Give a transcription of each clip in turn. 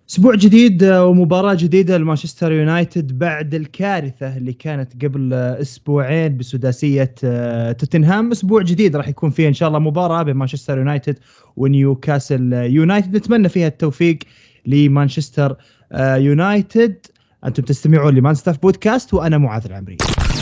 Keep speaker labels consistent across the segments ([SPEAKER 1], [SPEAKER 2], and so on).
[SPEAKER 1] أسبوع جديد ومباراة جديدة لمانشستر يونايتد بعد الكارثة اللي كانت قبل أسبوعين بسداسية توتنهام. أسبوع جديد راح يكون فيه إن شاء الله مباراة بين مانشستر يونايتد ونيوكاسل يونايتد، نتمنى فيها التوفيق لمانشستر يونايتد. أنتم تستمعون لمان ستاف بودكاست وأنا معاذ العمري.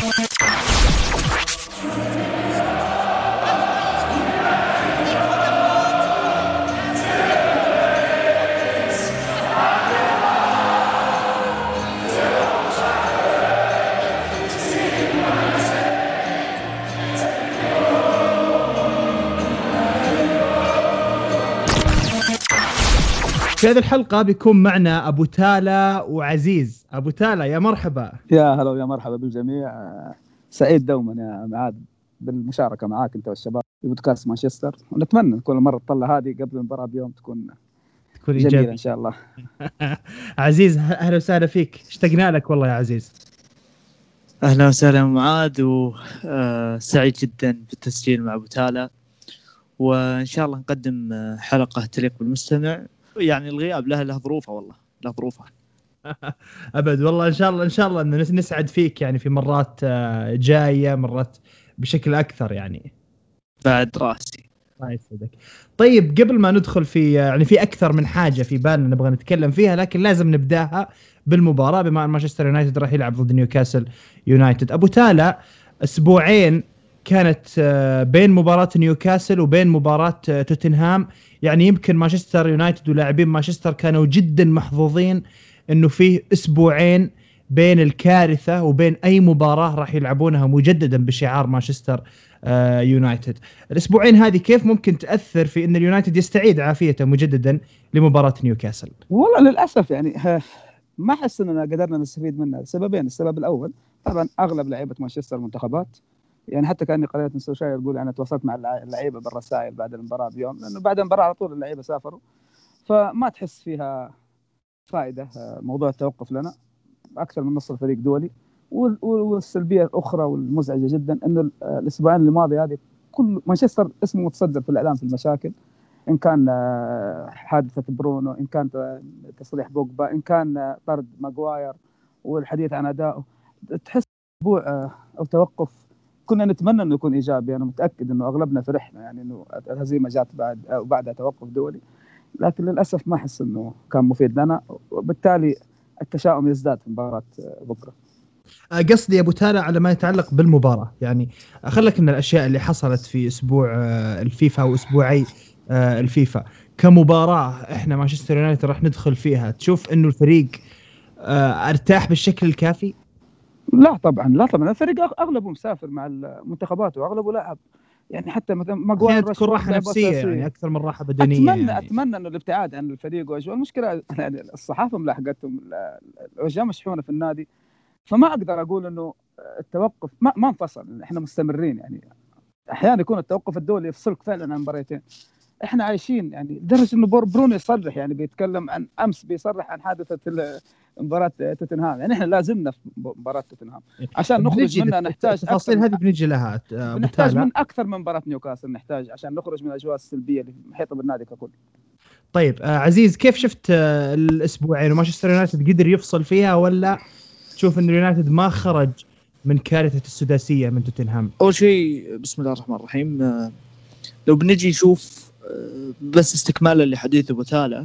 [SPEAKER 1] في هذه الحلقة بيكون معنا أبو تالا وعزيز. أبو تالا يا مرحبا.
[SPEAKER 2] يا هلا ويا مرحبا بالجميع. سعيد دوما يا معاذ بالمشاركة معاك أنت والشباب في بودكاست مانشستر، ونتمنى كل مرة تطلع هذه قبل المباراة بيوم تكون جميلة إن شاء الله.
[SPEAKER 1] عزيز أهلا وسهلا فيك، اشتقنا لك والله يا عزيز.
[SPEAKER 3] أهلا وسهلا معاذ، وسعيد جدا بالتسجيل مع أبو تالا، وإن شاء الله نقدم حلقة تليق بالمستمع. يعني الغياب له ظروفه، والله له ظروفه.
[SPEAKER 1] أبد والله، إن شاء الله أن نسعد فيك يعني في مرات جاية، مرات بشكل أكثر يعني.
[SPEAKER 3] بعد راسي.
[SPEAKER 1] الله يسعدك. طيب قبل ما ندخل في يعني في أكثر من حاجة في بالنا نبغى نتكلم فيها، لكن لازم نبداها بالمباراة بما أن مانشستر يونايتد راح يلعب ضد نيوكاسل يونايتد. أبو تالا، أسبوعين كانت بين مباراة نيوكاسل وبين مباراة توتنهام، يعني يمكن مانشستر يونايتد ولاعبين مانشستر كانوا جدا محظوظين انه فيه اسبوعين بين الكارثة وبين اي مباراة راح يلعبونها مجددا بشعار مانشستر يونايتد. الاسبوعين هذه كيف ممكن تأثر في ان اليونايتد يستعيد عافيته مجددا لمباراة نيوكاسل؟
[SPEAKER 2] والله للأسف يعني ما أحس أننا قدرنا نستفيد منها سببين. السبب الأول طبعا أغلب لعيبة مانشستر منتخبات، يعني حتى كأني قرأت سوشاير يقول أنا تواصلت مع اللعيبة بالرسائل بعد المباراة بيوم، لأنه بعد المباراة على طول اللعيبة سافروا، فما تحس فيها فائدة موضوع التوقف لنا. أكثر من نص الفريق دولي. والسلبية الأخرى والمزعجة جدا أنه الأسبوعين الماضي هذه كل مانشستر اسمه متصدر في الإعلام في المشاكل، إن كان حادثة برونو، إن كان تصريح بوجبا، إن كان طرد ماغواير والحديث عن أدائه. تحس أسبوع أو توقف كنا نتمنى أنه يكون إيجابي. أنا متأكد أنه أغلبنا فرحنا يعني أنه الهزيمة جات بعد توقف دولي، لكن للأسف ما أحس أنه كان مفيد لنا، وبالتالي التشاؤم يزداد في مباراة بكرة.
[SPEAKER 1] قصدي أبو تالا على ما يتعلق بالمباراة، يعني أخلك من الأشياء اللي حصلت في أسبوع الفيفا وأسبوعي الفيفا كمباراة إحنا مانشستر يونايتد راح ندخل فيها، تشوف إنه الفريق ارتاح بالشكل الكافي؟
[SPEAKER 2] لا طبعا الفريق أغلبه مسافر مع المنتخبات وأغلبه لاعب، يعني حتى مثلا
[SPEAKER 1] ماغواير تكون راحة نفسية يعني أكثر من راحة بدنية.
[SPEAKER 2] أتمنى أنه الابتعاد عن الفريق وأجواء. المشكلة يعني الصحافة ملاحقتهم، الأجواء مشحونة في النادي، فما أقدر أقول أنه التوقف ما انفصل. إحنا مستمرين، يعني أحيانا يكون التوقف الدولي يفصلك فعلا عن مباراتين. إحنا عايشين يعني لدرجة إنه برونو يصرح، يعني بيتكلم عن أمس بيصرح عن حادثة مباراة توتنهام. يعني إحنا لازمنا في مباراة توتنهام عشان نخرج منها نحتاج
[SPEAKER 1] تفاصيل هذه بنجي لها.
[SPEAKER 2] نحتاج من أكثر من مباراة نيوكاسل، نحتاج عشان نخرج من الأجواء السلبية اللي محيطة بالنادي ككل.
[SPEAKER 1] طيب عزيز، كيف شفت الأسبوعين ومانشستر يونايتد قدر يفصل فيها، ولا تشوف إن اليونايتد ما خرج من كارثة السداسية من توتنهام؟
[SPEAKER 3] أول شيء بسم الله الرحمن الرحيم، لو بنجي نشوف بس استكمالا لحديث أبو تالا،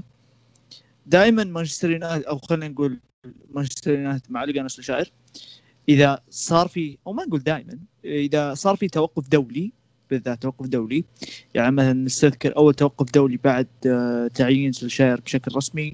[SPEAKER 3] دائما مانشستر يونايتد، أو خلينا نقول مانشستر يونايتد مع لقانا سوشاير، إذا صار في، أو ما نقول دائما، إذا صار في توقف دولي، بالذات توقف دولي، يعني مثلا نستذكر أول توقف دولي بعد تعيين سوشاير بشكل رسمي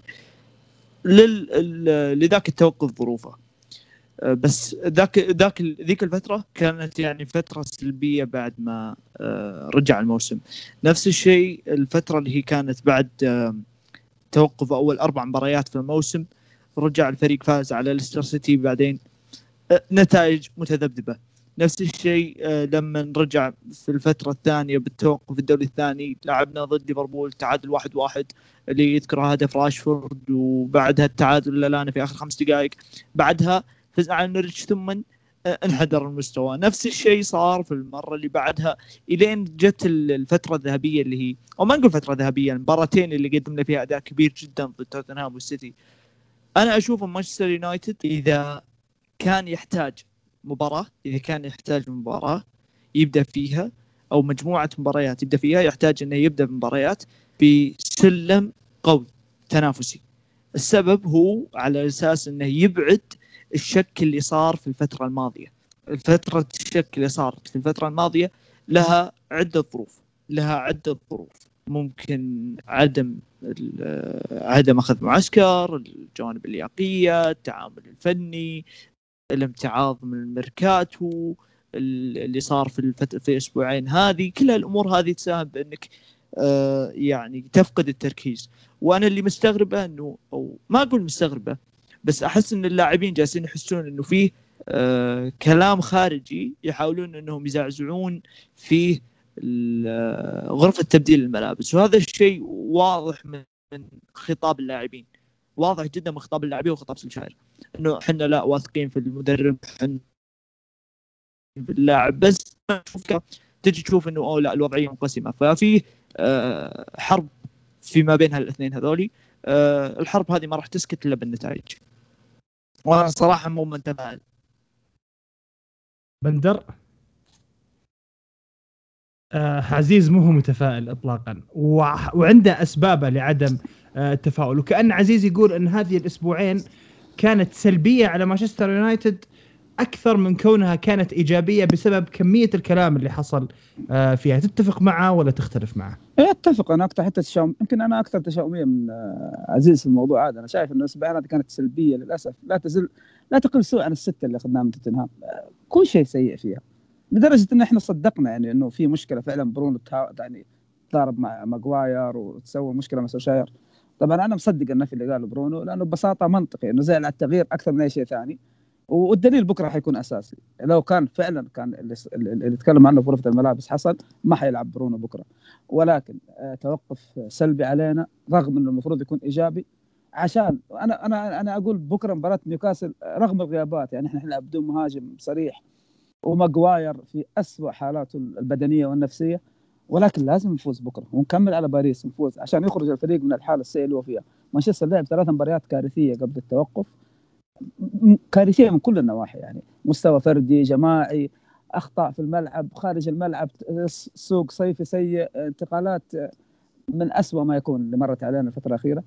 [SPEAKER 3] لذاك التوقف ظروفه، بس ذيك الفترة كانت يعني فترة سلبية بعد ما رجع الموسم. نفس الشيء الفترة اللي هي كانت بعد توقف أول 4 مباريات في الموسم، رجع الفريق فاز على ليستر سيتي، بعدين نتائج متذبذبة. نفس الشيء لما رجع في الفترة الثانية بالتوقف الدولي الثاني، لعبنا ضد ليفربول تعادل 1-1 اللي يذكره هدف راشفورد، وبعدها التعادل لنا في آخر 5 دقائق، بعدها فزنا على نوريتش، ثم انحدر المستوى. نفس الشيء صار في المرة اللي بعدها إلين جت الفترة الذهبية اللي هي، أو ما نقول فترة ذهبية، المباراتين اللي قدمنا فيها أداء كبير جدا ضد توتنهام والسيتي. أنا أشوف مانشستر يونايتد إذا كان يحتاج مباراة، إذا كان يحتاج مباراة يبدأ فيها، أو مجموعة مباريات يبدأ فيها، يحتاج أنه يبدأ بمباريات بسلم قوي تنافسي. السبب هو على أساس أنه يبعد الشك اللي صار في الفترة الماضية. الفترة الشك اللي صارت في الفترة الماضية لها عدة ظروف. ممكن عدم أخذ معسكر، الجوانب اللياقية، التعامل الفني، الامتعاض من الميركاتو اللي صار في أسبوعين هذه. كل الأمور هذه تساهم بأنك يعني تفقد التركيز. وأنا اللي مستغربة أنه، أو ما أقول مستغربة، بس أحس أن اللاعبين جالسين يحسون أنه فيه كلام خارجي يحاولون أنهم يزعزعون فيه غرفة تبديل الملابس. وهذا الشيء واضح من خطاب اللاعبين، واضح جدا من خطاب اللاعبين وخطاب سولشاير، انه احنا لا واثقين في المدرب، احنا في اللاعب. بس تجي تشوف انه لا، الوضعيه منقسمه، ففي حرب فيما بين الاثنين هذولي. الحرب هذه ما راح تسكت الا بالنتائج، وانا صراحه مو متفائل.
[SPEAKER 1] بندر عزيز مو متفائل اطلاقا، وعنده اسبابه لعدم التفاؤل. وكأن عزيز يقول ان هذه الاسبوعين كانت سلبيه على مانشستر يونايتد اكثر من كونها كانت ايجابيه بسبب كميه الكلام اللي حصل فيها. تتفق معه ولا تختلف معه؟
[SPEAKER 2] اتفق. انا اكثر حتى يمكن انا اكثر تشاؤميه من عزيز في الموضوع هذا. انا شايف انه الاسبوعين هذه كانت سلبيه للاسف، لا تقل سوء عن السته اللي اخذناها من توتنهام. كل شيء سيء فيها، لدرجه ان احنا صدقنا يعني انه في مشكله فعلا. برونو يعني ضارب مع ماغواير وتسوى مشكله مع سوشاير. طبعا انا مصدق النفي اللي قاله برونو، لانه ببساطه منطقي انه زعل على التغيير اكثر من اي شيء ثاني. والدليل بكره حيكون اساسي. لو كان فعلا اللي تكلم عنه في غرفه الملابس حصل، ما حيلعب برونو بكره. ولكن توقف سلبي علينا، رغم انه المفروض يكون ايجابي. عشان انا اقول بكره مباراه نيوكاسل رغم الغيابات، يعني احنا نلعب بدون مهاجم صريح، وماغواير في أسوأ حالاته البدنيه والنفسيه، ولكن لازم نفوز بكره ونكمل على باريس، نفوز عشان يخرج الفريق من الحاله السيئه اللي هو فيها. مانشستر لعب 3 مباريات كارثيه قبل التوقف، كارثيه من كل النواحي، يعني مستوى فردي، جماعي، اخطاء في الملعب، خارج الملعب، سوق صيفي سيء، انتقالات من أسوأ ما يكون اللي مرت علينا الفتره الاخيره.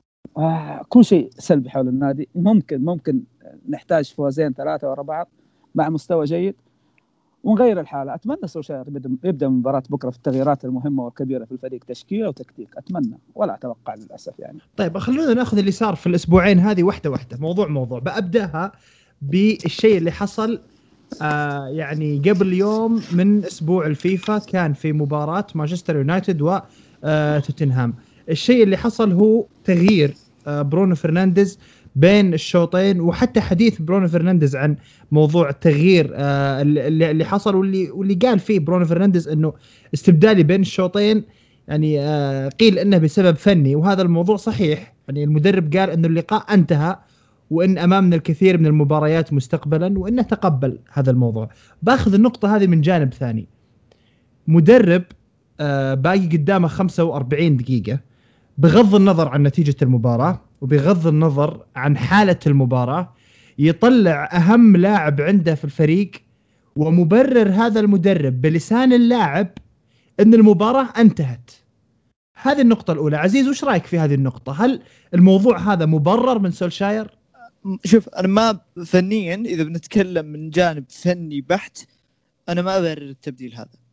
[SPEAKER 2] كل شيء سلبي حول النادي. ممكن نحتاج فوزين 3 ورا بعض مع مستوى جيد ونغير الحاله. اتمنى سولشاير يبدا مباراه بكره في التغييرات المهمه والكبيره في الفريق، تشكيله وتكتيك، اتمنى، ولا اتوقع للاسف يعني.
[SPEAKER 1] طيب خلونا ناخذ اللي صار في الاسبوعين هذه واحده واحده، موضوع. بابداها بالشيء اللي حصل يعني قبل يوم من اسبوع الفيفا. كان في مباراه مانشستر يونايتد وتوتنهام. الشيء اللي حصل هو تغيير برونو فرنانديز بين الشوطين، وحتى حديث برونو فرنانديز عن موضوع التغيير اللي حصل، واللي قال فيه برونو فرنانديز انه استبدالي بين الشوطين يعني قيل انه بسبب فني، وهذا الموضوع صحيح. يعني المدرب قال انه اللقاء انتهى وان امامنا الكثير من المباريات مستقبلا، وانه تقبل هذا الموضوع. باخذ النقطة هذه من جانب ثاني. مدرب باقي قدامه 45 دقيقة، بغض النظر عن نتيجة المباراة وبغض النظر عن حالة المباراة، يطلع أهم لاعب عنده في الفريق، ومبرر هذا المدرب بلسان اللاعب أن المباراة انتهت. هذه النقطة الأولى. عزيز، وش رأيك في هذه النقطة؟ هل الموضوع هذا مبرر من سولشاير؟
[SPEAKER 3] شوف، أنا ما فنيا، إذا بنتكلم من جانب فني بحت، أنا ما أبرر التبديل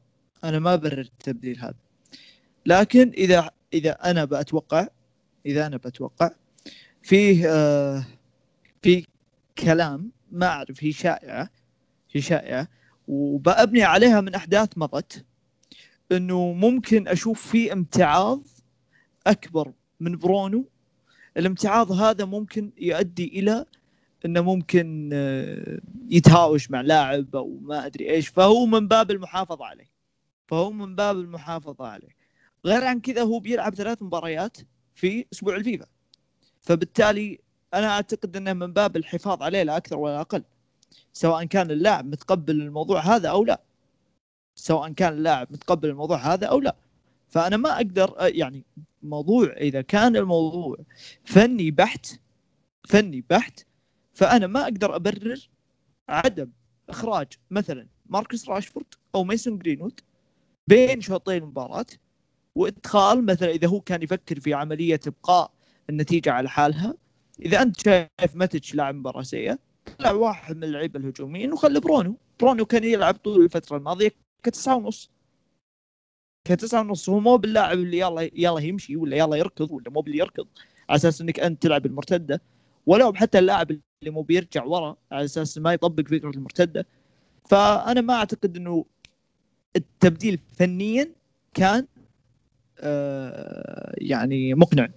[SPEAKER 3] هذا. لكن إذا أنا بأتوقع في كلام ما أعرف، هي شائعة وبأبني عليها من أحداث مضت، إنه ممكن أشوف في امتعاض أكبر من برونو. الامتعاض هذا ممكن يؤدي إلى إنه ممكن يتهاوش مع لاعب أو ما أدري إيش، فهو من باب المحافظة عليه. غير عن كذا هو بيلعب 3 مباريات في أسبوع الفيفا، فبالتالي أنا أعتقد أنه من باب الحفاظ عليه لا أكثر ولا أقل. سواء كان اللاعب متقبل الموضوع هذا أو لا، سواء كان اللاعب متقبل الموضوع هذا أو لا. فأنا ما أقدر يعني موضوع إذا كان الموضوع فني بحت فأنا ما أقدر أبرر عدم إخراج مثلا ماركوس راشفورد أو ميسون جرينوود بين شوطين المباراة، وإدخال مثلا إذا هو كان يفكر في عملية إبقاء النتيجة على حالها. إذا أنت شايف ماتش لاعب مباراة سيئة، طلع واحد من اللعيبة الهجوميين وخلي برونو كان يلعب طول الفترة الماضية ك9.5 هو مو باللاعب اللي يلا يمشي ولا يلا يركض ولا مو باللي يركض على أساس أنك أنت تلعب المرتدة، ولا حتى اللاعب اللي مو بيرجع ورا على أساس ما يطبق فكرة المرتدة. فأنا ما أعتقد أنه التبديل فنيا كان يعني مقنع.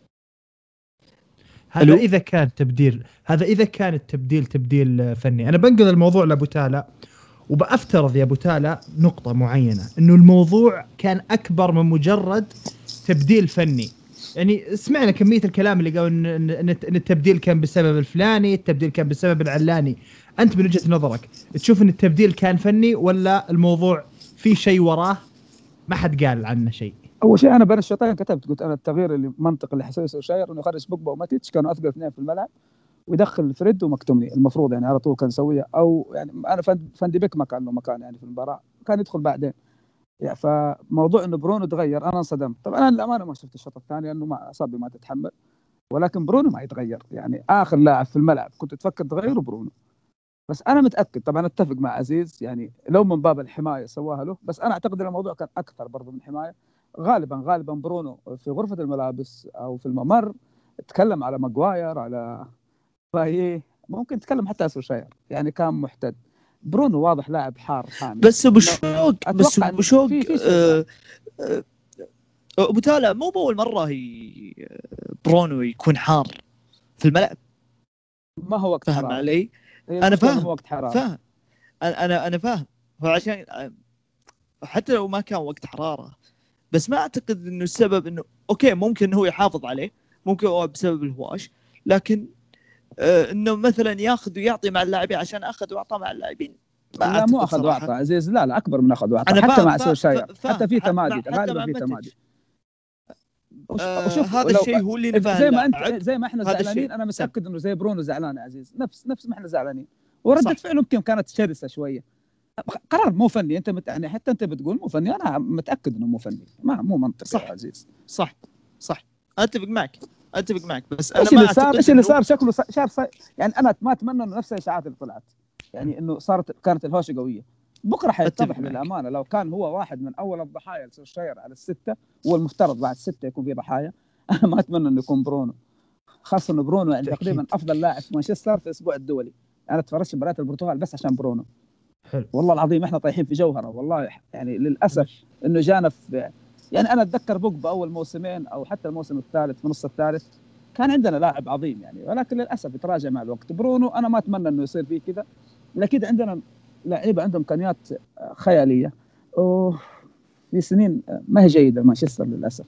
[SPEAKER 1] هذا إذا كان التبديل تبديل فني. أنا بنقل الموضوع لأبو تالا، وبأفترض يا أبو تالا نقطة معينة، إنه الموضوع كان أكبر من مجرد تبديل فني. يعني سمعنا كمية الكلام اللي قال إن التبديل كان بسبب الفلاني، التبديل كان بسبب العلاني. أنت من وجهة نظرك تشوف إن التبديل كان فني ولا الموضوع في شيء وراه ما حد قال عنه شيء؟
[SPEAKER 2] اول شيء انا بين الشوطين كتبت قلت انا التغيير اللي منطق اللي حسوي سولشاير انه يخرج بوجبا وماتيتش، كانوا اثقل اثنين في الملعب، ويدخل فريد ومكتومني المفروض يعني على طول كان يسويها. او يعني انا فاندي بيك ما كان له مكان يعني في المباراه، كان يدخل بعدين يعني. فموضوع انه برونو تغير انا انصدمت. طبعا انا للامانه ما شفت الشوط الثاني لانه ما اصابي ما تتحمل، ولكن برونو ما يتغير يعني. اخر لاعب في الملعب كنت تفكر تغيره برونو. بس انا متاكد طبعا اتفق مع عزيز يعني لو من باب الحمايه سواها له، بس انا اعتقد ان الموضوع كان اكثر برضه من حمايه. غالبا برونو في غرفه الملابس او في الممر تكلم على ماغواير على بايه، ممكن تكلم حتى سوشاير يعني كان محتد. برونو واضح لاعب حار حامي.
[SPEAKER 3] بس بشوق ابو تالا مو باول مره برونو يكون حار في الملعب.
[SPEAKER 2] ما هو وقت
[SPEAKER 3] فهم
[SPEAKER 2] حرارة.
[SPEAKER 3] علي؟ انا فاهم انا فاهم. فعشان حتى لو ما كان وقت حراره، بس ما اعتقد انه السبب انه اوكي ممكن هو يحافظ عليه، ممكن هو بسبب الهواش، لكن انه مثلا ياخذ ويعطي مع اللاعبين عشان اخذ واعطى مع اللاعبين.
[SPEAKER 2] لا مو اخذ واعطى عزيز، لا اكبر من اخذ واعطى. حتى مع سولشاير حتى في تمادي، غالبا في تمادي.
[SPEAKER 3] وشوف هذا الشيء هو اللي نفهم.
[SPEAKER 2] زي ما احنا زعلانين، انا متاكد انه زي برونو زعلان يا عزيز، نفس ما احنا زعلانين. وردة فعله يمكن كانت شرسه شويه. قرار مو فني. انت يعني حتى انت بتقول مو فني، انا متاكد انه مو فني، مو منطقي. صح يا عزيز،
[SPEAKER 3] صح اتفق معك. بس
[SPEAKER 2] انا ما اعتقد ايش اللي صار. شكله صار يعني انا ما اتمنى انه نفس الاشاعات اللي طلعت يعني انه كانت الهوشه قويه. بكره حيتضح للامانه. لو كان هو واحد من اول الضحايا لسولشاير على السته، والمفترض بعد 6 يكون في ضحايا، انا ما اتمنى انه يكون برونو، خاصه انه برونو يعني تقريبا افضل لاعب في مانشستر في الاسبوع الدولي. انا تفرجت مباريات البرتغال بس عشان برونو. حلو. والله العظيم احنا طايحين في جوهره والله يعني للاسف انه جانا في يعني. انا اتذكر بوجبا اول موسمين او حتى الموسم الثالث في نص الثالث كان عندنا لاعب عظيم يعني، ولكن للاسف يتراجع مع الوقت. برونو انا ما اتمنى انه يصير فيه كذا، لكن عندنا لاعيبه عندهم امكانيات خياليه في سنين ما هي جيده مانشستر للاسف.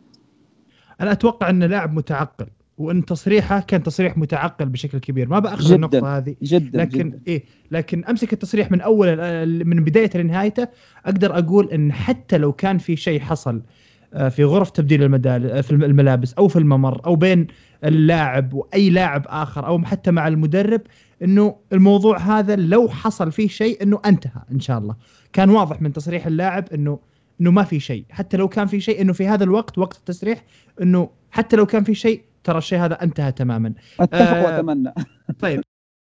[SPEAKER 1] انا اتوقع انه لاعب متعقل، وان تصريحه كان تصريح متعقل بشكل كبير. ما باخذ النقطه هذه لكن جداً. لكن امسك التصريح من اول من بدايته لنهايته، اقدر اقول ان حتى لو كان في شيء حصل في غرف تبديل في الملابس او في الممر او بين اللاعب واي لاعب اخر او حتى مع المدرب، انه الموضوع هذا لو حصل فيه شيء انه انتهى ان شاء الله. كان واضح من تصريح اللاعب انه ما في شيء، حتى لو كان في شيء انه في هذا الوقت وقت التصريح انه حتى لو كان في شيء ترى الشيء هذا انتهى تماما.
[SPEAKER 2] اتفق واتمنى.
[SPEAKER 1] طيب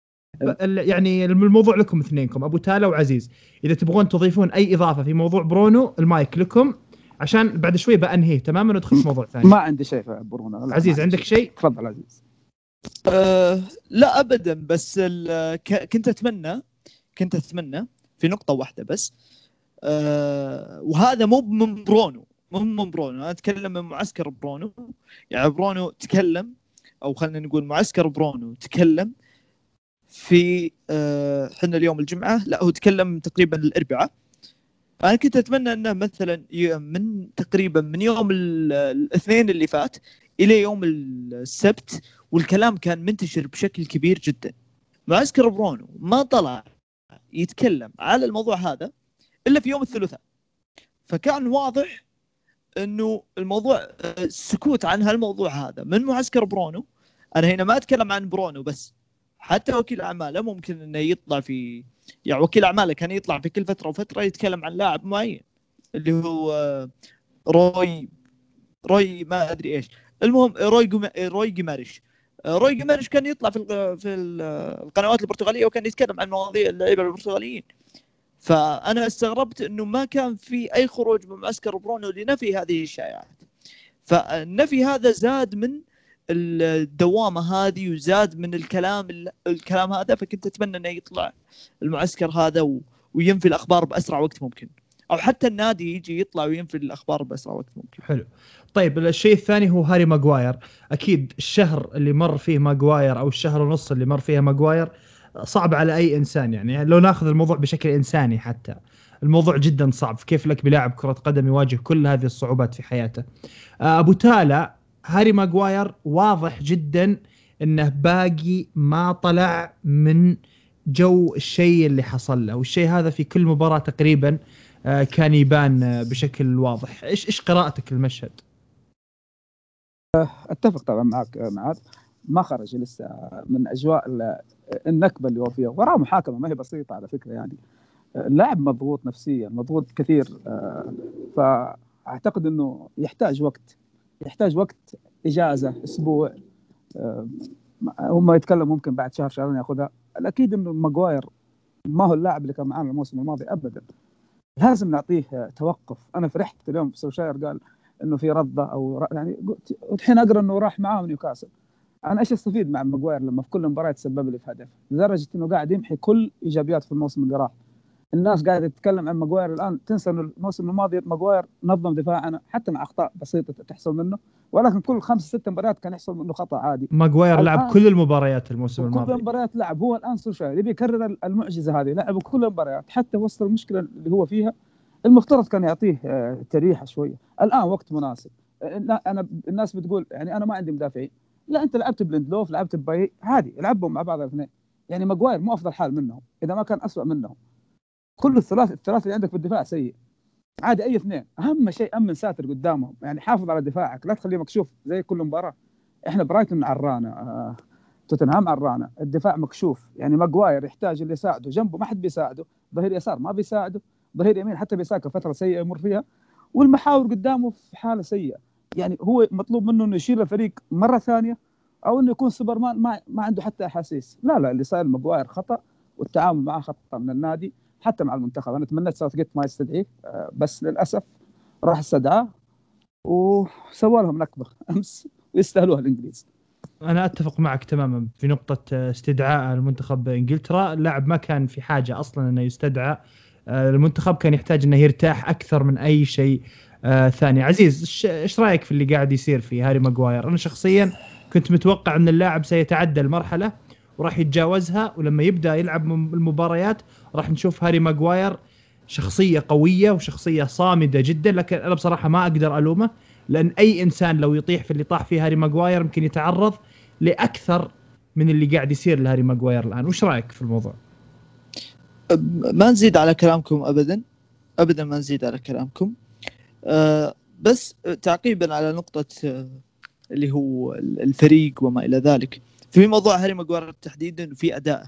[SPEAKER 1] يعني الموضوع لكم اثنينكم ابو تالا وعزيز، اذا تبغون تضيفون اي اضافه في موضوع برونو المايك لكم عشان بعد شوي بانهيه تماما وندخل في موضوع ثاني.
[SPEAKER 2] ما عندي شيء في برونو.
[SPEAKER 1] عزيز عندك شيء؟
[SPEAKER 2] تفضل عزيز.
[SPEAKER 3] لا ابدا، بس كنت اتمنى في نقطه واحده بس، وهذا مو من برونو انا اتكلم من معسكر برونو. يعني برونو تكلم، او خلينا نقول معسكر برونو تكلم في حنا اليوم الجمعه، لا هو تكلم تقريبا الاربعاء. انا كنت اتمنى انه مثلا من تقريبا من يوم الاثنين اللي فات الى يوم السبت، والكلام كان منتشر بشكل كبير جدا معسكر برونو ما طلع يتكلم على الموضوع هذا إلا في يوم الثلاثاء. فكان واضح إنه الموضوع السكوت عن هالموضوع هذا من معسكر برونو. أنا هنا ما أتكلم عن برونو بس، حتى وكيل أعماله ممكن إنه يطلع في، يعني وكيل أعماله كان يطلع في كل فترة وفترة يتكلم عن لاعب معين اللي هو روي ما أدري إيش، المهم روي جيماريش كان يطلع في القنوات البرتغالية وكان يتكلم عن مواضيع اللعيبة البرتغاليين. فأنا استغربت إنه ما كان في أي خروج من معسكر برونو لنفي هذه الشائعات. فالنفي هذا زاد من الدوامة هذه وزاد من الكلام هذا. فكنت أتمنى أنه يطلع المعسكر هذا وينفي الأخبار بأسرع وقت ممكن، أو حتى النادي يجي يطلع وينفي الأخبار بأسرع وقت ممكن.
[SPEAKER 1] حلو. طيب الشيء الثاني هو هاري ماغواير. أكيد الشهر اللي مر فيه ماغواير أو الشهر ونص اللي مر فيها ماغواير صعب على أي إنسان. يعني لو ناخذ الموضوع بشكل إنساني حتى الموضوع جدا صعب. كيف لك بلاعب كرة قدم يواجه كل هذه الصعوبات في حياته؟ أبو تالا، هاري ماغواير واضح جدا انه باقي ما طلع من جو الشيء اللي حصل له، والشيء هذا في كل مباراة تقريبا كان يبان بشكل واضح. ايش قراءتك للمشهد؟
[SPEAKER 2] اتفق طبعا معك معاذ، ما خرج لسه من اجواء النكبه اللي هو فيها، وراه محاكمه ما هي بسيطه على فكره. يعني اللاعب مضغوط نفسيا، مضغوط كثير، فاعتقد انه يحتاج وقت اجازه اسبوع. هم يتكلم ممكن بعد شهرين ياخذها. الاكيد انه ماغواير ما هو اللاعب اللي كان معنا الموسم الماضي ابدا، لازم نعطيه توقف. انا فرحت اليوم سولشاير قال انه في رده او يعني الحين اقرا انه راح معاه نيوكاسل. انا ايش استفيد مع ماغواير لما في كل مباراه يتسبب لي في هدف، لدرجه انه قاعد يمحي كل ايجابيات في الموسم اللي راح. الناس قاعده تتكلم عن ماغواير الان، تنسى انه الموسم الماضي ماغواير نظم دفاعنا حتى مع اخطاء بسيطه تحصل منه، ولكن كل 5-6 مباريات كان يحصل منه خطا عادي.
[SPEAKER 1] ماغواير لعب كل المباريات الموسم الماضي،
[SPEAKER 2] كل المباريات لعب. هو الان سولشاير يبي يكرر المعجزه هذه، لعب كل المباريات حتى وسط المشكله اللي هو فيها. المفترض كان يعطيه تريحه شويه. الان وقت مناسب. انا الناس بتقول يعني انا ما عندي مدافعين، لا انت لعبت بليندلوف، لعبت بباي، عادي العبهم مع بعض الاثنين. يعني ماغواير مو افضل حال منهم اذا ما كان اسوء منهم. كل الثلاث اللي عندك في الدفاع سيء، عادي اي اثنين. اهم شيء امن ساتر قدامهم، يعني حافظ على دفاعك، لا تخليه مكشوف زي كل مباراه. احنا برايتون عرانا، توتنهام عرانا، الدفاع مكشوف. يعني ماغواير يحتاج اللي يساعده، جنبه ما حد بيساعده، ظهير يسار ما بيساعده، ظهير يمين حتى بيساكا فتره سيئه يمر فيها، والمحاور قدامه في حاله سيئه. يعني هو مطلوب منه انه يشيل الفريق مره ثانيه، او انه يكون سوبرمان ما عنده حتى احاسيس. لا اللي صاير ماغواير خطا، والتعامل معه خطا من النادي حتى مع المنتخب. انا تمنيت ساوثجيت ما يستدعيه، بس للاسف راح استدعاه وسوى لهم نكبه امس ويستاهلوها الانجليز.
[SPEAKER 1] انا اتفق معك تماما في نقطه استدعاء المنتخب انجلترا. اللاعب ما كان في حاجه اصلا انه يستدعى، المنتخب كان يحتاج انه يرتاح اكثر من اي شيء ثاني. عزيز، ايش رايك في اللي قاعد يصير في هاري ماغواير؟ انا شخصيا كنت متوقع ان اللاعب سيتعدى المرحله وراح يتجاوزها، ولما يبدا يلعب المباريات راح نشوف هاري ماغواير شخصيه قويه وشخصيه صامده جدا. لكن انا بصراحه ما اقدر الومه، لان اي انسان لو يطيح في اللي طاح فيه هاري ماغواير يمكن يتعرض لاكثر من اللي قاعد يصير لهاري ماغواير الان. وش رايك في الموضوع؟
[SPEAKER 3] ما نزيد على كلامكم ابدا ما نزيد على كلامكم. بس تعقيبا على نقطه اللي هو الفريق وما الى ذلك، في موضوع هاري ماغواير تحديدا وفي اداءه.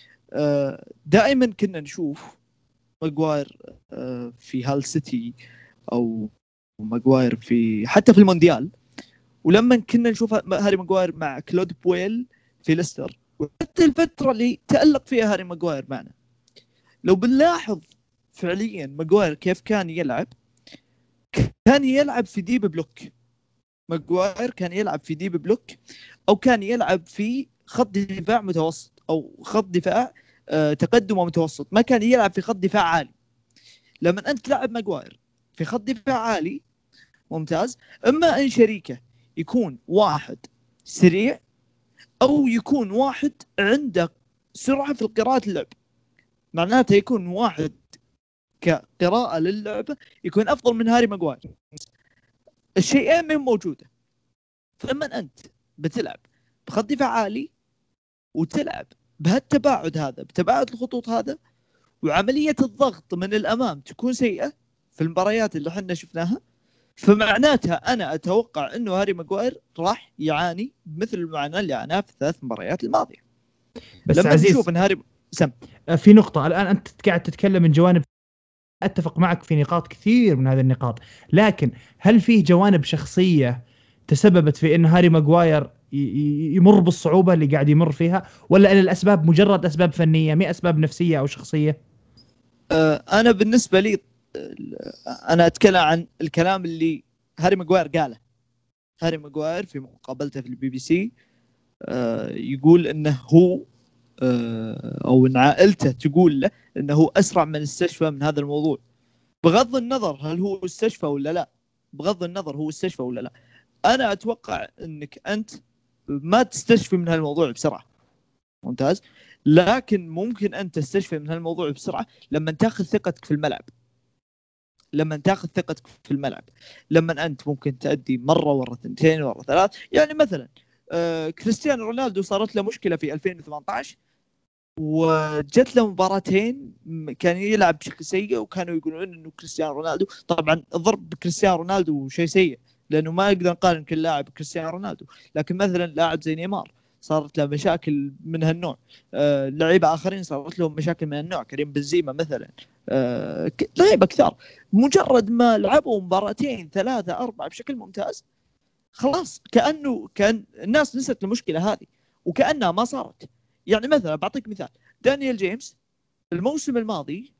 [SPEAKER 3] دائما كنا نشوف ماغواير في هال سيتي او ماغواير في حتى في المونديال، ولما كنا نشوف هاري ماغواير مع كلود بويل في ليستر، وحتى الفترة اللي تألق فيها هاري ماغواير معنا. لو بنلاحظ فعليا ماغواير كيف كان يلعب في ديب بلوك. ماغواير كان يلعب في ديب بلوك، أو كان يلعب في خط دفاع متوسط أو خط دفاع تقدم ومتوسط، ما كان يلعب في خط دفاع عالي. لما أنت تلعب ماغواير في خط دفاع عالي ممتاز، إما أن شريكه يكون واحد سريع أو يكون واحد عنده سرعة في قراءة اللعب. معناته يكون واحد كقراءة للعبة يكون أفضل من هاري ماغواير. الشيئين من موجودة. فلما أنت بتلعب بخط دفاع عالي وتلعب بهالتباعد هذا، بتباعد الخطوط هذا، وعملية الضغط من الأمام تكون سيئة في المباريات اللي احنا شفناها، فمعناتها أنا أتوقع أنه هاري ماغواير راح يعاني مثل المعاناة اللي عاناها في 3 مباريات الماضية.
[SPEAKER 1] بس
[SPEAKER 3] لما
[SPEAKER 1] عزيز
[SPEAKER 3] نشوف أن هاري
[SPEAKER 1] في نقطة الآن أنت قاعد تتكلم من جوانب، أتفق معك في نقاط كثير من هذه النقاط، لكن هل فيه جوانب شخصية تسببت في أن هاري ماغواير يمر بالصعوبة اللي قاعد يمر فيها، ولا أن الأسباب مجرد أسباب فنية مي أسباب نفسية أو شخصية؟
[SPEAKER 3] أنا بالنسبة لي أنا أتكلم عن الكلام اللي هاري ماغواير قاله. هاري ماغواير في مقابلته في البي بي سي يقول أنه هو أو أن عائلته تقول له أنه هو أسرع من استشفى من هذا الموضوع، بغض النظر هل هو استشفى ولا لا. بغض النظر هو استشفى ولا لا، أنا أتوقع أنك أنت ما تستشفي من هالموضوع بسرعة. ممتاز. لكن ممكن أن تستشفي من هالموضوع بسرعة لما تاخذ ثقتك في الملعب. لما تاخذ ثقتك في الملعب، لما أنت ممكن تأدي مرة ورا ثنتين ورا ثلاث. يعني مثلا كريستيانو رونالدو صارت له مشكلة في 2018 وجت له مباراتين كان يلعب بشكل سيء، وكانوا يقولون انه كريستيانو رونالدو، طبعا الضرب بكريستيانو رونالدو شيء سيء لانه ما يقدر نقارن كل لاعب بكريستيانو رونالدو، لكن مثلا لاعب زي نيمار صارت له مشاكل من هالنوع، لعيبه اخرين صارت لهم مشاكل من هالنوع، كريم بنزيما مثلا، لعيبه كثار مجرد ما لعبوا مباراتين 3 4 بشكل ممتاز خلاص كان الناس نسيت المشكله هذه وكانها ما صارت. يعني مثلا بعطيك مثال، دانيال جيمس الموسم الماضي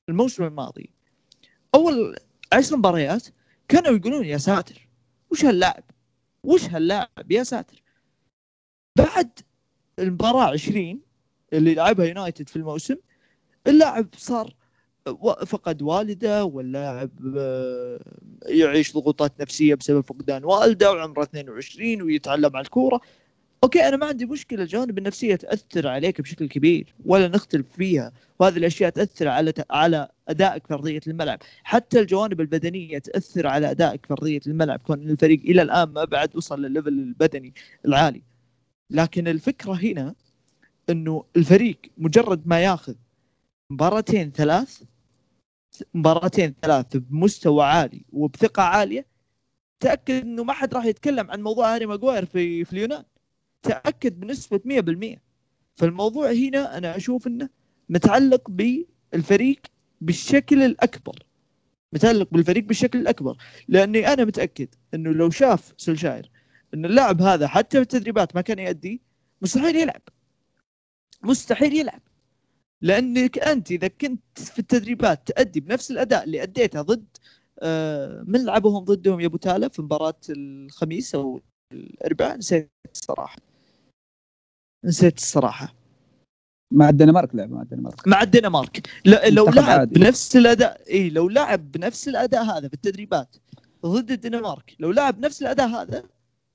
[SPEAKER 3] اول 10 مباريات كانوا يقولون يا ساتر وش هاللاعب يا ساتر. بعد المباراة 20 اللي لعبها يونايتد في الموسم، اللاعب صار فقد والده، واللاعب يعيش ضغوطات نفسية بسبب فقدان والده، وعمره 22 ويتعلم على الكورة. اوكي انا ما عندي مشكله الجوانب النفسيه تاثر عليك بشكل كبير ولا نختلف فيها، وهذه الاشياء تاثر على ادائك في ارضيه الملعب. حتى الجوانب البدنيه تاثر على ادائك في ارضيه الملعب، كون الفريق الى الان ما بعد وصل للليفل البدني العالي. لكن الفكره هنا انه الفريق مجرد ما ياخذ مباراتين ثلاث بمستوى عالي وبثقه عاليه، تاكد انه ما حد راح يتكلم عن موضوع هاري ماغواير في اليونان، تأكد بنسبة 100%. فالموضوع هنا أنا أشوف أنه متعلق بالفريق بالشكل الأكبر، لأني أنا متأكد أنه لو شاف سولشاير أن اللاعب هذا حتى في التدريبات ما كان يؤدي، مستحيل يلعب. لأنك أنت إذا كنت في التدريبات تأدي بنفس الأداء اللي أديته ضد من لعبهم ضدهم يا أبو تالة في مباراة الخميس أو الأربعاء، نسيت الصراحة
[SPEAKER 2] مع الدنمارك
[SPEAKER 3] لو لعب بنفس الأداء لو لعب بنفس الأداء هذا في التدريبات ضد الدنمارك، لو لعب بنفس الأداء هذا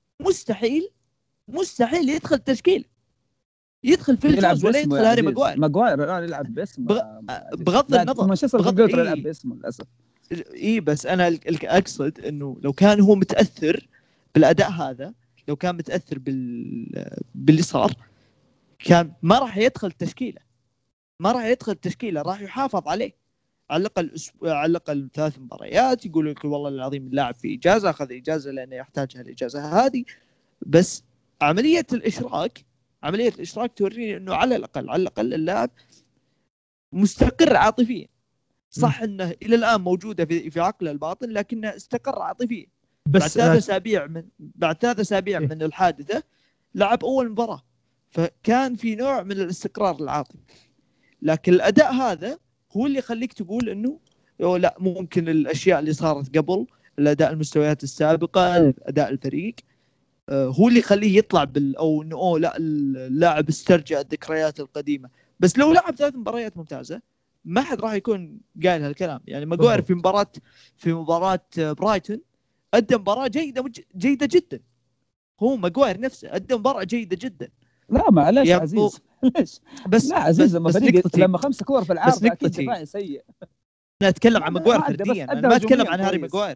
[SPEAKER 3] مستحيل يدخل تشكيل، يدخل في الجوز ولا يدخل هاري
[SPEAKER 2] ماغواير الآن يلعب باسم
[SPEAKER 3] بغض النظر
[SPEAKER 2] مانشستر يونايتد يلعب باسمه للأسف.
[SPEAKER 3] بس أنا أقصد إنه لو كان هو متأثر بالأداء هذا، لو كان متأثر باللي صار، كان ما راح يدخل تشكيلة، راح يحافظ عليه على الأقل 3 مباريات. يقول لك والله العظيم اللاعب في إجازة، أخذ إجازة لأنه يحتاج هالإجازة هذه. بس عملية الإشراك توريني إنه على الأقل اللاعب مستقر عاطفيا. صح إنه إلى الآن موجودة في عقله الباطن، لكنه استقر عاطفيا.
[SPEAKER 1] بس
[SPEAKER 3] بعد 3 أسابيع من الحادثة لعب أول مباراة، فكان في نوع من الاستقرار العاطفي. لكن الأداء هذا هو اللي يخليك تقول إنه لا، ممكن الأشياء اللي صارت قبل، الأداء المستويات السابقة، أداء الفريق، هو اللي يخليه يطلع أو إنه لا اللاعب استرجع الذكريات القديمة. بس لو لعب 3 مباريات ممتازة ما حد راح يكون قايل هالكلام. يعني ماغواير في مباراة برايتون أدى مباراة جيدة جدا. هو ماغواير نفسه أدى مباراة جيدة جدا.
[SPEAKER 2] لا معلش عزيز، ليش
[SPEAKER 3] بس
[SPEAKER 2] لا عزيز لما 5 كور في العارضة
[SPEAKER 3] أكيد
[SPEAKER 2] دفاعي سيء.
[SPEAKER 3] أنا أتكلم عن ماغواير فرديا، أنا ما أتكلم عن هاري ماغواير.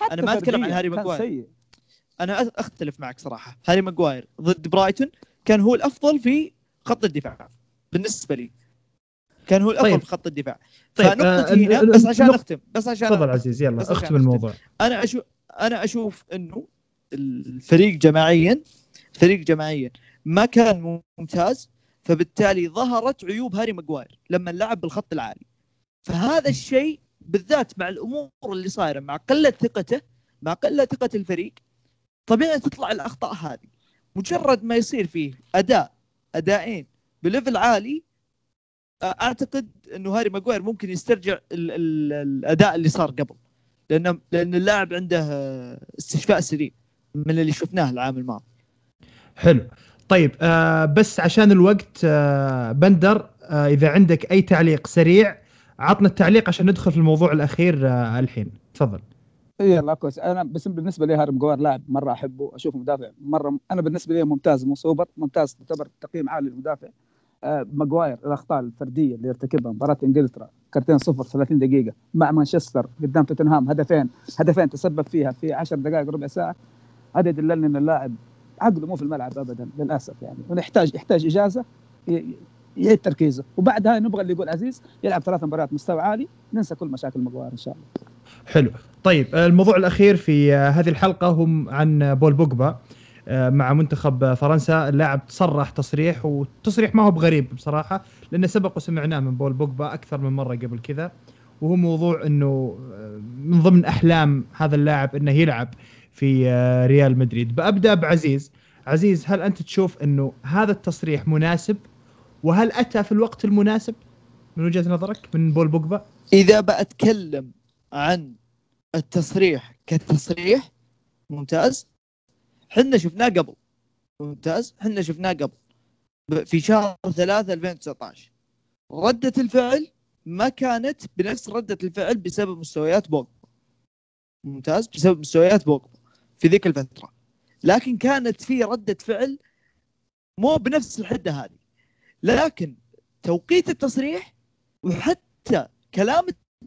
[SPEAKER 3] أنا أختلف معك صراحة. هاري ماغواير ضد برايتون كان هو الأفضل في خط الدفاع، بالنسبه لي كان هو الافضل
[SPEAKER 1] طيب.
[SPEAKER 3] في خط الدفاع.
[SPEAKER 1] طيب
[SPEAKER 3] فنقطتي هنا بس عشان اختم
[SPEAKER 1] تفضل عزيز، يلا اختم الموضوع.
[SPEAKER 3] انا اشوف انه الفريق جماعيا ما كان ممتاز، فبالتالي ظهرت عيوب هاري ماغواير لما لعب بالخط العالي. فهذا الشيء بالذات مع الامور اللي صايره، مع قله ثقته، مع قله ثقه الفريق، طبيعي تطلع الاخطاء هذه. مجرد ما يصير فيه اداءين بليفل عالي، اعتقد انه هاري ماغواير ممكن يسترجع الاداء اللي صار قبل، لان اللاعب عنده استشفاء سريع من اللي شفناه العام الماضي.
[SPEAKER 1] حلو. طيب بس عشان الوقت بندر، اذا عندك اي تعليق سريع عطنا التعليق عشان ندخل في الموضوع الاخير الحين. تفضل.
[SPEAKER 2] يلا كويس. انا بس بالنسبه لي هاري ماغواير لاعب مره احبه، اشوفه مدافع مره، انا بالنسبه لي ممتاز، مو سوبر ممتاز، تعتبر تقييم عالي للمدافع. ماغواير الاخطاء الفرديه اللي ارتكبها مباراه انجلترا، كرتين صفر 30 دقيقه مع مانشستر قدام توتنهام، هدفين تسبب فيها في 10 دقائق ربع ساعه، هذا يدللني ان اللاعب عقله مو في الملعب ابدا للاسف. يعني ونحتاج اجازه يعيد تركيزه، وبعدها نبغى اللي يقول عزيز يلعب 3 مباريات مستوى عالي، ننسى كل مشاكل ماغواير ان شاء الله.
[SPEAKER 1] حلو. طيب الموضوع الأخير في هذه الحلقة هم عن بول بوجبا مع منتخب فرنسا. اللاعب صرح تصريح، وتصريح ما هو بغريب بصراحة، لأنه سبق وسمعناه من بول بوجبا أكثر من مرة قبل كذا، وهو موضوع أنه من ضمن أحلام هذا اللاعب أنه يلعب في ريال مدريد. بأبدأ بعزيز. عزيز، هل أنت تشوف أنه هذا التصريح مناسب، وهل أتى في الوقت المناسب من وجهة نظرك من بول بوجبا؟
[SPEAKER 3] إذا بأتكلم عن التصريح كتصريح، ممتاز، حنا شفناه قبل، ممتاز، حنا شفناه قبل في شهر 3 2019. ردة الفعل ما كانت بنفس ردة الفعل بسبب مستويات بوجبا، ممتاز، بسبب مستويات بوجبا في ذيك الفترة، لكن كانت في ردة فعل مو بنفس الحدة هذه. لكن توقيت التصريح وحتى كلام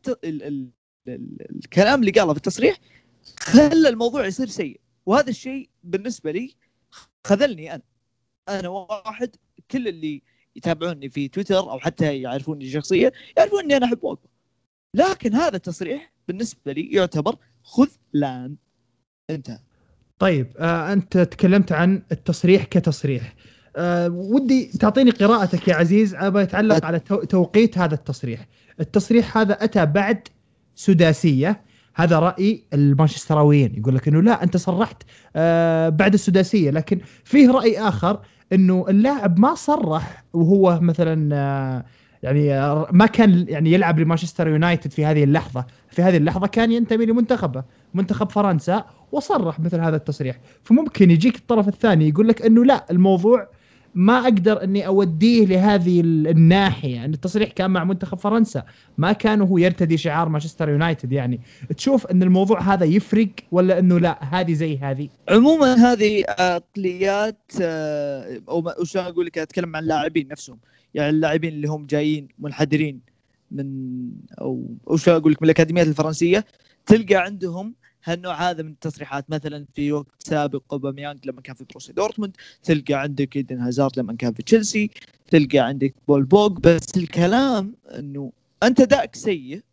[SPEAKER 3] الكلام اللي قاله في التصريح خلى الموضوع يصير سيء، وهذا الشيء بالنسبة لي خذلني. أنا واحد، كل اللي يتابعوني في تويتر أو حتى يعرفوني شخصيا يعرفون أني أنا أحب بوجبا، لكن هذا التصريح بالنسبة لي يعتبر خذلان. انتهى.
[SPEAKER 1] طيب أنت تكلمت عن التصريح كتصريح، ودي تعطيني قراءتك يا عزيز أبغى يتعلق على توقيت هذا التصريح. التصريح هذا أتى بعد سداسية، هذا رأي المانشستراويين، يقول لك إنه لا أنت صرحت بعد السداسية، لكن فيه رأي آخر إنه اللاعب ما صرح وهو مثلا يعني ما كان يعني يلعب لمانشستر يونايتد في هذه اللحظة. في هذه اللحظة كان ينتمي لمنتخبه، منتخب فرنسا، وصرح مثل هذا التصريح. فممكن يجيك الطرف الثاني يقول لك انه لا، الموضوع ما اقدر اني اوديه لهذه الناحية، ان يعني التصريح كان مع منتخب فرنسا، ما كان هو يرتدي شعار مانشستر يونايتد. يعني تشوف ان الموضوع هذا يفرق ولا انه لا هذه زي هذه؟
[SPEAKER 3] عموما هذه عقليات، او وش اقول لك، اتكلم عن اللاعبين نفسهم، يعني اللاعبين اللي هم جايين منحدرين من او وش اقول لك من الاكاديميات الفرنسيه، تلقى عندهم هالنوع هذا من التصريحات. مثلا في وقت سابق اوباميانغ لما كان في بروسيا دورتموند، تلقى عندك ايدن هازارد لما كان في تشيلسي، تلقى عندك بول بوج. بس الكلام انه انت ادائك سيء،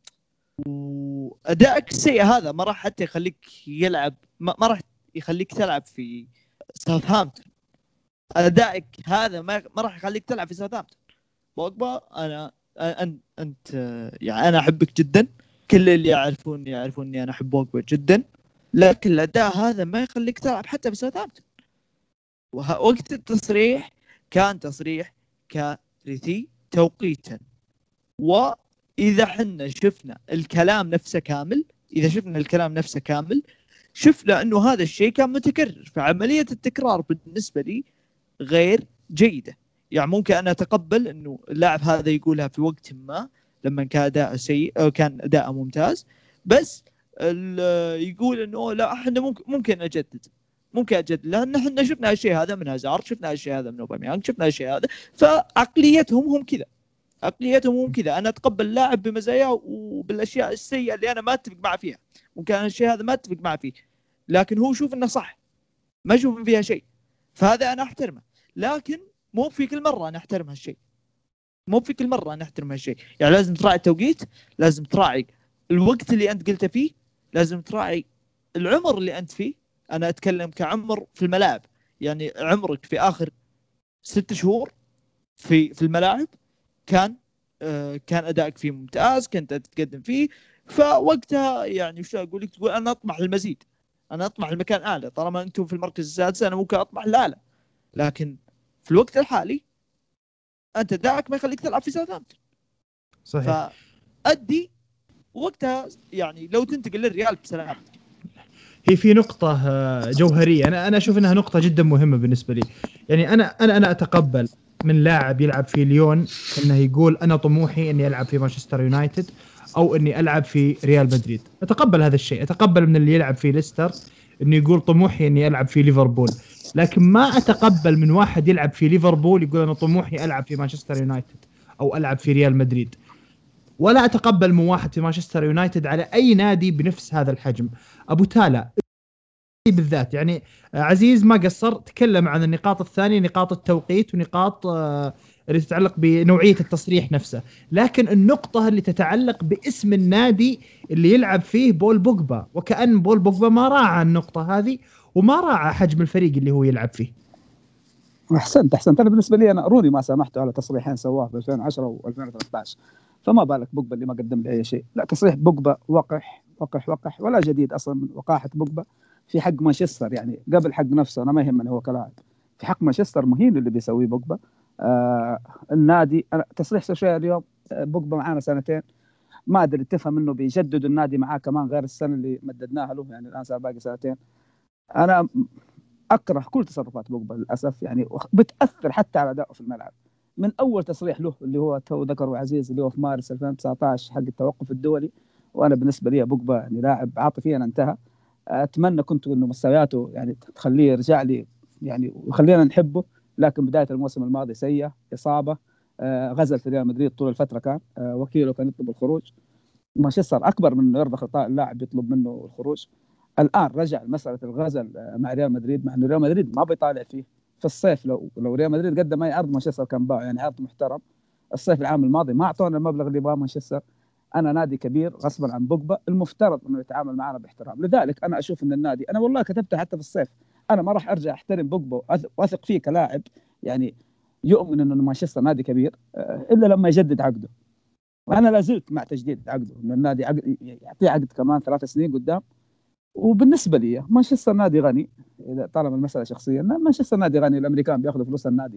[SPEAKER 3] وادائك السيء هذا ما راح حتى يخليك يلعب، ما راح يخليك تلعب في ساوثهامبتون. ادائك هذا ما راح يخليك تلعب في ساوثهامبتون. بوجبا انت يعني انا احبك جدا، كل اللي يعرفوني انا احب بوجبا جدا، لكن الاداء هذا ما يخليك تلعب حتى في ساوثهامبتون. وقت التصريح كان تصريح كارثي توقيتا. واذا حنا شفنا الكلام نفسه كامل، شفنا انه هذا الشيء كان متكرر، فعملية التكرار بالنسبة لي غير جيدة. يعني ممكن أنا أتقبل أنه اللاعب هذا يقولها في وقت ما لما كان أداء سيء أو كان أداء ممتاز، بس يقول أنه لا احنا ممكن أجدد لأن احنا شفنا الشيء هذا من هازارد، شفنا الشيء هذا من أوباميانغ، شفنا الشيء هذا. فعقليتهم هم كذا. أنا أتقبل لاعب بمزاياه وبالأشياء السيئة اللي أنا ما أتفق معه فيها، ممكن الشيء هذا ما أتفق معه فيه، لكن هو يشوف إنه صح، ما يشوف فيها شيء، فهذا أنا أحترمه. لكن مو في كل مرة أنا أحترم هالشيء، مو في كل مره نحترم هالشيء. يعني لازم تراعي التوقيت، لازم تراعي الوقت اللي انت قلت فيه، لازم تراعي العمر اللي انت فيه. انا اتكلم كعمر في الملاعب، يعني عمرك في اخر 6 شهور في الملاعب كان ادائك فيه ممتاز، كنت تتقدم فيه. فوقتها يعني وش اقول لك، تقول انا اطمح للمزيد، انا اطمح لمكان اعلى. طالما انتم في المركز السادس انا ممكن اطمح لاعلى. لكن في الوقت الحالي انت ادائك ما يخليك تلعب في ساوثهامبتون.
[SPEAKER 1] صحيح.
[SPEAKER 3] فادي وقتها يعني لو تنتقل للريال بسلام.
[SPEAKER 1] هي في نقطة جوهرية، أنا أشوف أنها نقطة جدا مهمة بالنسبة لي. يعني أنا أتقبل من لاعب يلعب في ليون أنه يقول أنا طموحي أني ألعب في مانشستر يونايتد أو أني ألعب في ريال مدريد. أتقبل هذا الشيء. أتقبل من اللي يلعب في ليستر أنه يقول طموحي أني ألعب في ليفربول. لكن ما أتقبل من واحد يلعب في ليفربول يقول أنا طموحي ألعب في مانشستر يونايتد أو ألعب في ريال مدريد. ولا أتقبل من واحد في مانشستر يونايتد على أي نادي بنفس هذا الحجم. أبو تالا بالذات يعني عزيز ما قصر، تكلم عن النقاط الثانية، نقاط التوقيت ونقاط اللي تتعلق بنوعية التصريح نفسه. لكن النقطة اللي تتعلق باسم النادي اللي يلعب فيه بول بوجبا، وكأن بول بوجبا ما راعى النقطة هذه وما راعى حجم الفريق اللي هو يلعب فيه.
[SPEAKER 2] احسنت. انا بالنسبه لي انا روني ما سامحته على تصريحين سواه في 2010 و2013، فما بالك بوجبا اللي ما قدم لي اي شيء. لا، تصريح بوجبا وقح ولا جديد اصلا من وقاحه بوجبا في حق مانشستر. يعني قبل حق نفسه انا ما يهمني هو كلاعب، في حق مانشستر مهين اللي بيسويه بوجبا. النادي تصريح سوشيال اليوم، بوجبا معانا 2 سنين، ما ادري تفهم انه بيجددوا النادي معاه كمان غير السنه اللي مددناها له، يعني الان صار باقي 2 سنين. انا اكره كل تصرفات بوجبا للاسف، يعني بتاثر حتى على ادائه في الملعب. من اول تصريح له اللي هو تو ذكره عزيز اللي هو في مارس 2019 حق التوقف الدولي، وانا بالنسبه لي بوجبا يعني لاعب عاطفيا انتهى. اتمنى كنت انه مستوياته يعني تخليه يرجع لي يعني وخلينا نحبه، لكن بدايه الموسم الماضي سيئه، اصابه، غزل في ريال مدريد طول الفتره، كان وكيله كان يطلب الخروج. مانشستر اكبر من انه يرضى خطا اللاعب يطلب منه الخروج. الان رجع مساله الغزل مع ريال مدريد، مع انه ريال مدريد ما بيطالع فيه في الصيف. لو ريال مدريد قدم اي عرض مانشستر كان باع، يعني عرض محترم. الصيف العام الماضي ما اعطونا المبلغ اللي يبغاه مانشستر. انا نادي كبير غصبا عن بوجبا المفترض انه يتعامل معنا باحترام. لذلك انا اشوف ان النادي، انا والله كتبتها حتى في الصيف، انا ما راح ارجع احترم بوجبا واثق فيه كلاعب، يعني يؤمن انه مانشستر نادي كبير الا لما يجدد عقده. وانا لا زلت مع تجديد عقده، انه النادي يعطيه عقد كمان 3 سنين قدام. وبالنسبه لي مانشستر نادي غني، اذا طالما المساله شخصيه، مانشستر نادي غني، الامريكان بياخذوا فلوس النادي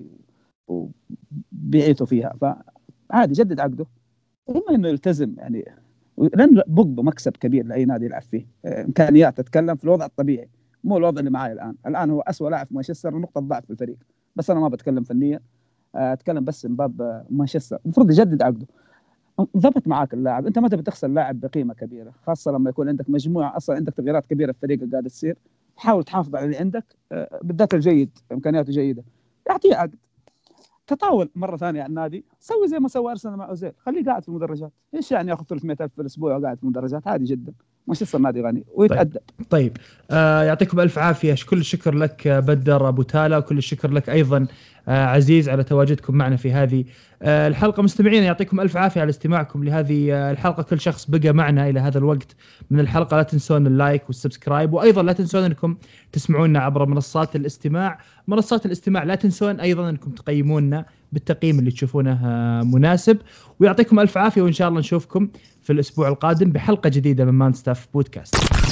[SPEAKER 2] وبيعيطوا فيها، فعادي جدد عقده، اما انه يلتزم يعني. لان بوجبا مكسب كبير لاي نادي يلعب فيه، امكانيات تتكلم في الوضع الطبيعي، مو الوضع اللي معايا الان هو اسوء لاعب في مانشستر ونقطه ضعف في الفريق. بس انا ما بتكلم فنيا، اتكلم بس من باب مانشستر المفروض يجدد عقده. ضبط معاك اللاعب، انت ما تبي تخسر لاعب بقيمه كبيره، خاصه لما يكون عندك مجموعه اصلا عندك تغييرات كبيره في الفريق قاعده تصير. حاول تحافظ على اللي عندك، بالذات الجيد امكانياته جيده، اعطيه عقد، تطاول مره ثانيه على النادي، سوي زي ما سوى ارسنال مع اوزيل، خليه قاعد في المدرجات. ايش يعني ياخذ 300,000 في الاسبوع وقاعد في المدرجات؟ عادي جدا، مانشستر نادي غني ويتأدب.
[SPEAKER 1] طيب يعطيكم الف عافيه. كل الشكر لك بدر ابو تالا، وكل الشكر لك ايضا عزيز على تواجدكم معنا في هذه الحلقه. مستمعين يعطيكم الف عافيه على استماعكم لهذه الحلقه. كل شخص بقى معنا الى هذا الوقت من الحلقه لا تنسون اللايك والسبسكرايب، وايضا لا تنسون انكم تسمعونا عبر منصات الاستماع. لا تنسون ايضا انكم تقيمونا بالتقييم اللي تشوفونه مناسب. ويعطيكم الف عافيه، وان شاء الله نشوفكم في الاسبوع القادم بحلقه جديده من مان ستاف بودكاست.